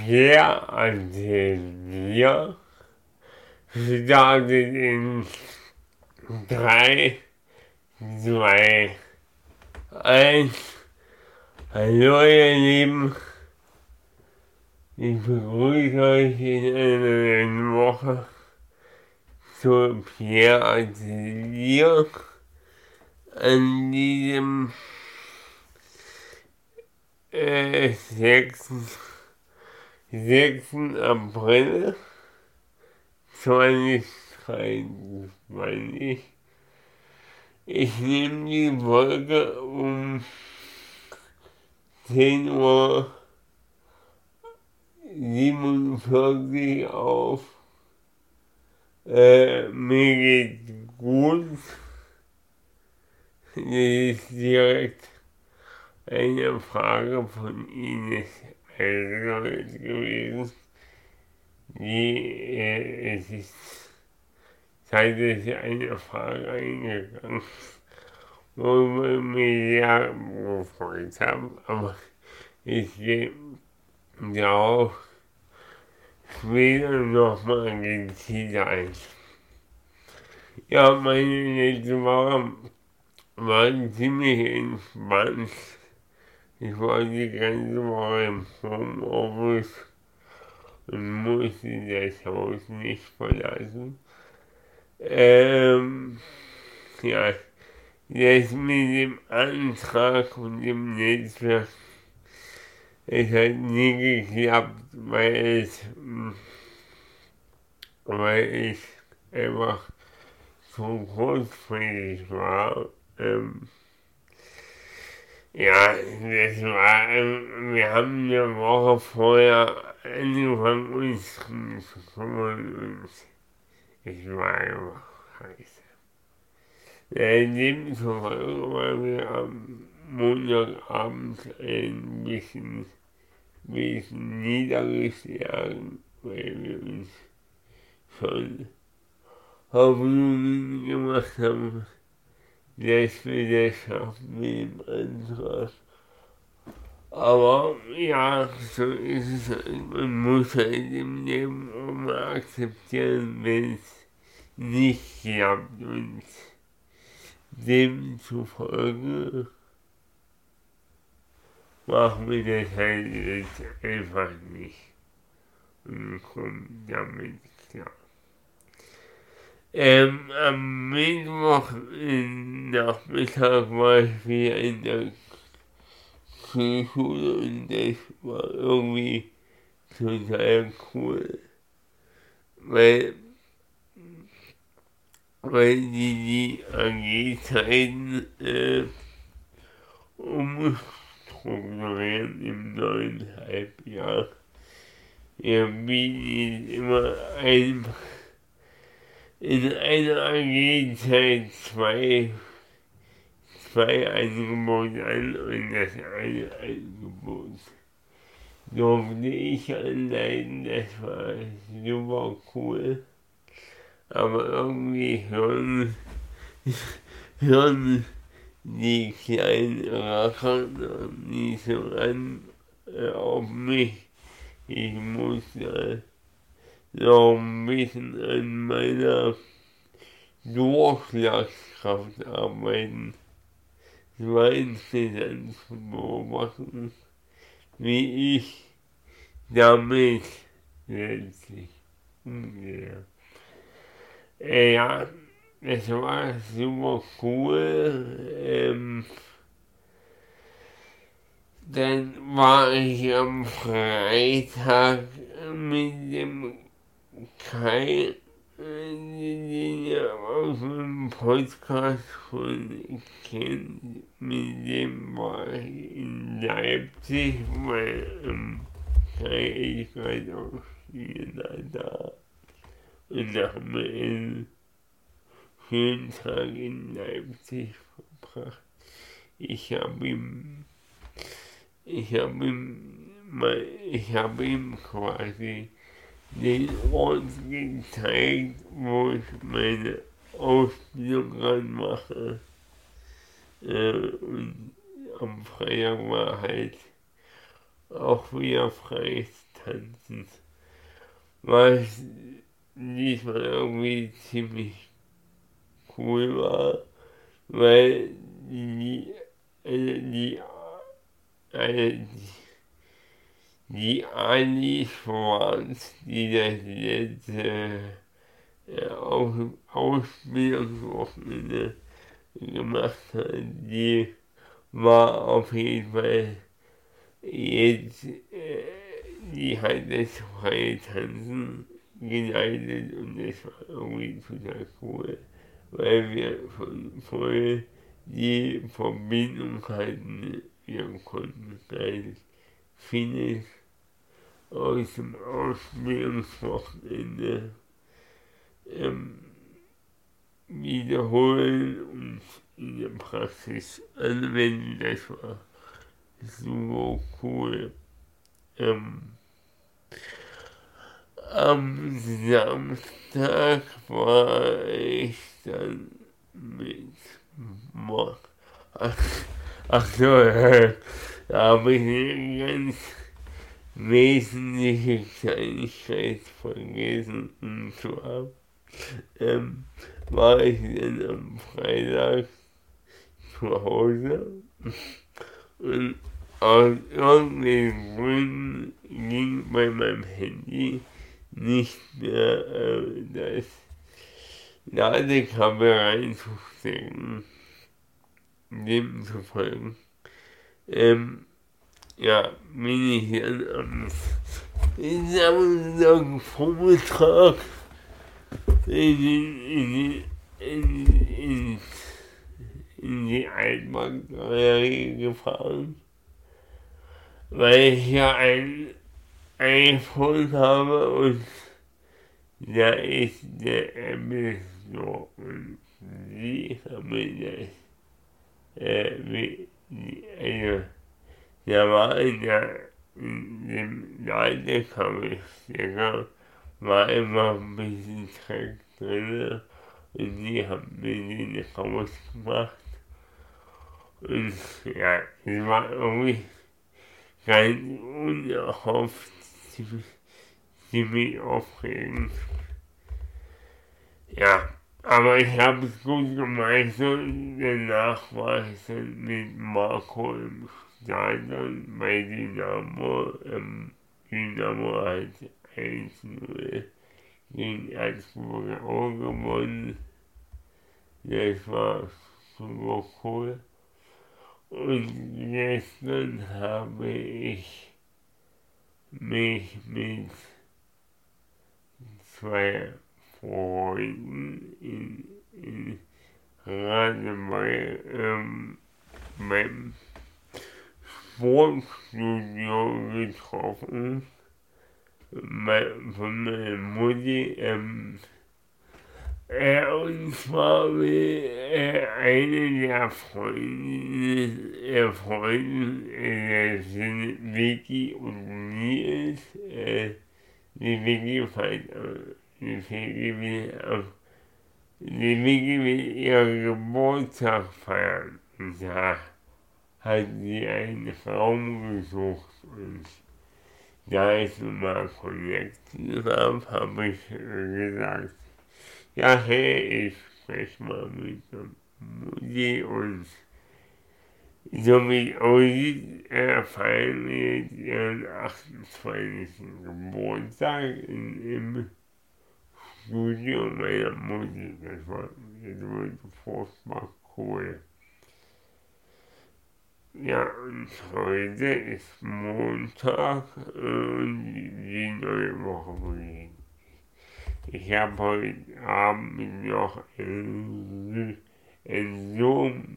Pierre Atelier startet in 3, 2, 1. Hallo ihr Lieben, ich begrüße euch in einer neuen Woche zu Pierre Atelier an diesem 6. April 2023. Ich nehme die Folge um 10:47 Uhr auf. Mir geht's gut. Das ist direkt eine Frage von Ines Elgert gewesen, es ist zeitlich eine Frage eingegangen, worüber ich mich sehr gefreut habe, aber ich gehe darauf später nochmal gezielt ein. Ja, meine letzte Woche war ziemlich entspannt. Ich war die ganze Woche im Homeoffice und musste das Haus nicht verlassen. Ja, das mit dem Antrag und dem Netzwerk, es hat nie geklappt, weil ich einfach so kurzfristig war. Ja, das war, wir haben eine Woche vorher angefangen, uns zu kümmern und es war einfach scheiße. Demzufolge waren wir am Montagabend ein bisschen niedergeschlagen, weil wir uns schon Hoffnungen gemacht haben, dass wir das schaffen mit dem Antrag. Aber ja, so ist es halt. Man muss halt im Leben auch mal akzeptieren, wenn es nicht klappt. Und demzufolge machen wir das halt jetzt einfach nicht und kommen damit klar. Am Mittwoch Nachmittag war ich wieder in der Schule und das war irgendwie total cool, weil die AG-Zeiten umstrukturieren im neuen Halbjahr. Wir bieten immer in einer AG-Zeit zwei Angebote an und das eine Angebot durfte ich anleiten, das war super cool, aber irgendwie hören die kleinen Racker noch nicht so an auf mich. Ich muss da noch ein bisschen an meiner Durchschlagskraft arbeiten. Es war interessant zu beobachten, wie ich damit letztlich umgehe. Ja, es war super cool. Dann war ich am Freitag mit dem Kai, den ihr aus dem Podcast von kennt, mit dem war ich in Leipzig, weil Kai ist gerade auch wieder da. Und da haben wir einen schönen Tag in Leipzig verbracht. Ich habe ihm quasi den Ort gezeigt, wo ich meine Ausbildung dran mache. Und am Freitag war halt auch wieder freies Tanzen. was diesmal irgendwie ziemlich cool war, weil die, äh, die Anis Schwarz, die das letzte Ausbildungswochenende gemacht hat, die war auf jeden Fall jetzt, die hat das freie Tanzen geleitet und das war irgendwie total cool, weil wir von voll die Verbindung hatten. Wir konnten ganz vieles aus dem Ausbildungswochenende ähm, wiederholen und in der Praxis anwenden. Das war super cool. Am Samstag war ich dann mit Mark. Ach, ach so, da habe ich eine ganz wesentliche Kleinigkeit vergessen. Und zwar war ich dann am Freitag zu Hause und aus irgendwelchen Gründen ging bei meinem Handy nicht mehr das Ladekabel reinzustecken, dem zu folgen. Ja, bin ich dann am Samstagvormittag in die Altmarkt-Galerie gefahren, weil ich ja ein iPhone habe und da ist der Apple Store und sie haben mir das, also da war in dem Ladekabelstecker war immer ein bisschen Dreck drin und die haben mir den rausgemacht und ja, es war irgendwie ganz unerhofft ziemlich aufregend. Ja, aber ich habe es gut gemeistert und danach war ich dann mit Marco im Stadion bei Dynamo. Dynamo hat 1:0 gegen Erzgebirge auch gewonnen. Das war super cool. Und gestern habe ich mich mit zwei Freunden in Radebeul beim Sportstudio getroffen. Von meiner Mutti. Und zwar will eine der Freunde, das sind Vicky und Nils, die Vicky feiert, die Vicky will ihren Geburtstag feiern. Und da hat sie einen Raum gesucht und da ich nun mal connected habe ich gesagt, ja, hey, ich spreche mal mit der Mutti und so wie es aussieht, feiern wir jetzt ihren 28. Geburtstag im Studio meiner Mutti. Das wird furchtbar cool. Ja, und heute ist Montag und die neue Woche beginnt. Ich habe heute Abend noch ein Zoom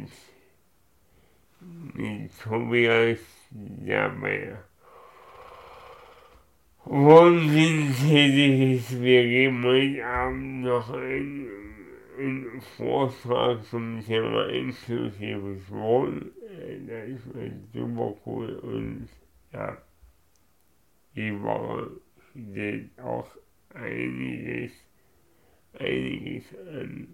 mit Tobias dabei. Wohnsinntätig ist, wir geben heute Abend noch einen Vortrag zum Thema inklusives Wohnen. Das wird super cool und ja, die Woche steht auch einiges an.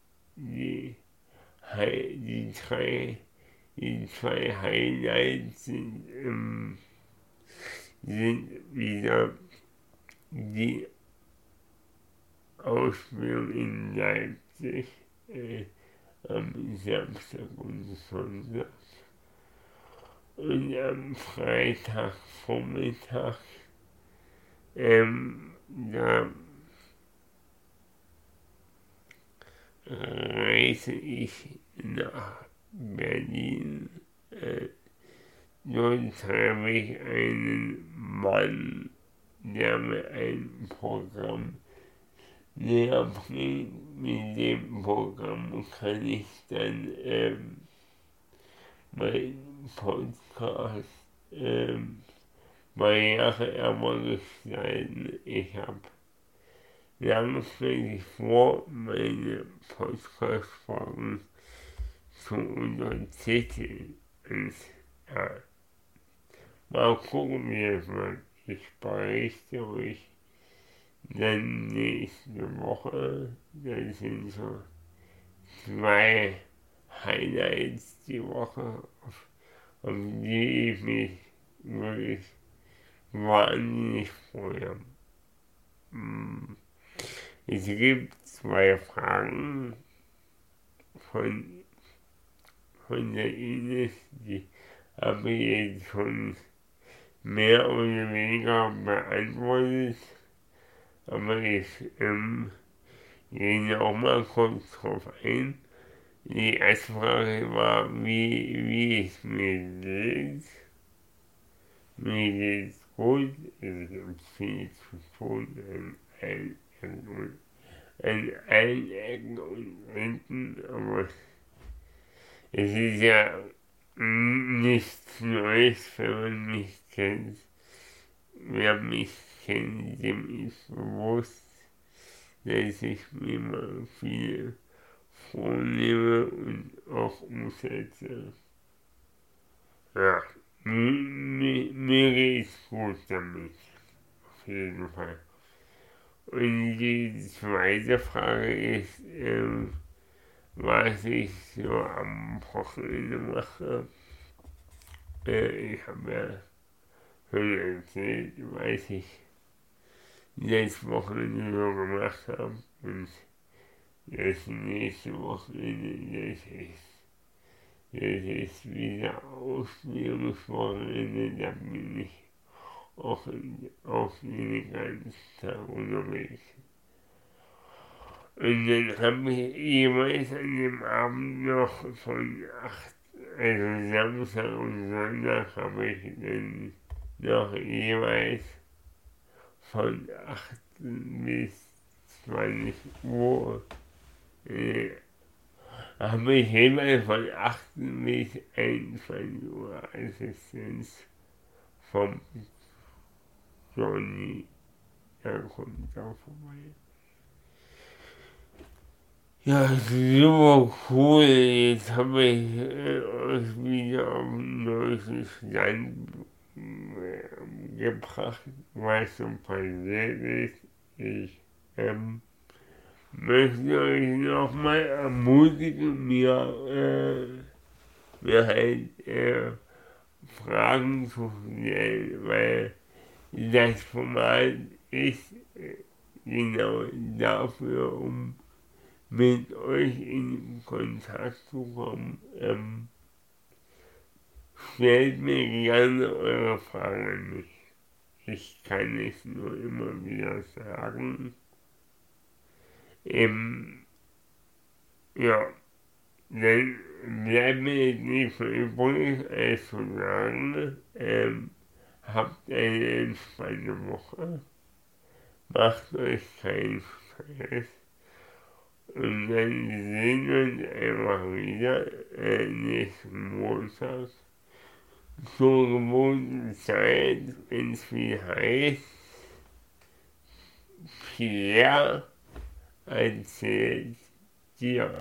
Die zwei Highlights sind wieder die Ausbildung in Leipzig am Samstag und Sonntag. Und am Freitagvormittag da reise ich nach Berlin. Dort treffe ich einen Mann, der mir ein Programm näher bringt. Mit dem Programm kann ich dann meinen Podcast barriereärmer gestalten. Ich habe langfristig vor, meine Podcast-Folgen zu untertiteln. Und ja, mal gucken, wie es wird. Ich berichte euch dann nächste Woche. Das sind so 2 Highlights die Woche, auf die ich mich wirklich wahnsinnig freue. Es gibt 2 Fragen von der Ines, die habe ich jetzt schon mehr oder weniger beantwortet, aber ich gehe noch mal kurz drauf ein. Die erste Frage war, wie es mir geht. Mir geht's gut, es gibt viel zu tun an allen Ecken und Enden, aber es ist ja nichts Neues, wenn man mich kennt. Wer mich kennt, dem ist bewusst, dass ich mir mal viel vornehme und auch umsetze. Ja, mir geht's gut damit, auf jeden Fall. Und die zweite Frage ist, was ich so am Wochenende mache. Ich habe ja schon erzählt, was ich letztes Wochenende so gemacht habe. Und das nächste Wochenende, das ist wieder Ausbildungswochenende, da bin ich auch den ganzen Tag unterwegs. Und dann habe ich jeweils an dem Abend noch von 8, also Samstag und Sonntag habe ich dann noch jeweils von 18 bis 20 Uhr, habe ich jeweils von 18 bis 21 Uhr Assistenz vom Johnny, er kommt da vorbei. Ja, super cool. Jetzt habe ich euch wieder auf den neuesten Stand gebracht, was so passiert ist. Ich möchte euch nochmal ermutigen, mir halt Fragen zu stellen, weil das Format ist genau dafür, um mit euch in Kontakt zu kommen. Stellt mir gerne eure Fragen an mich. Ich kann es nur immer wieder sagen. Ja, dann bleibt mir jetzt nicht mehr übrig, als zu sagen, habt eine entspannte Woche, macht euch keinen Stress. Und dann sehen wir uns einfach wieder nächsten Montag zur gewohnten Zeit, wenn es wieder heißt, Pierre erzählt dir.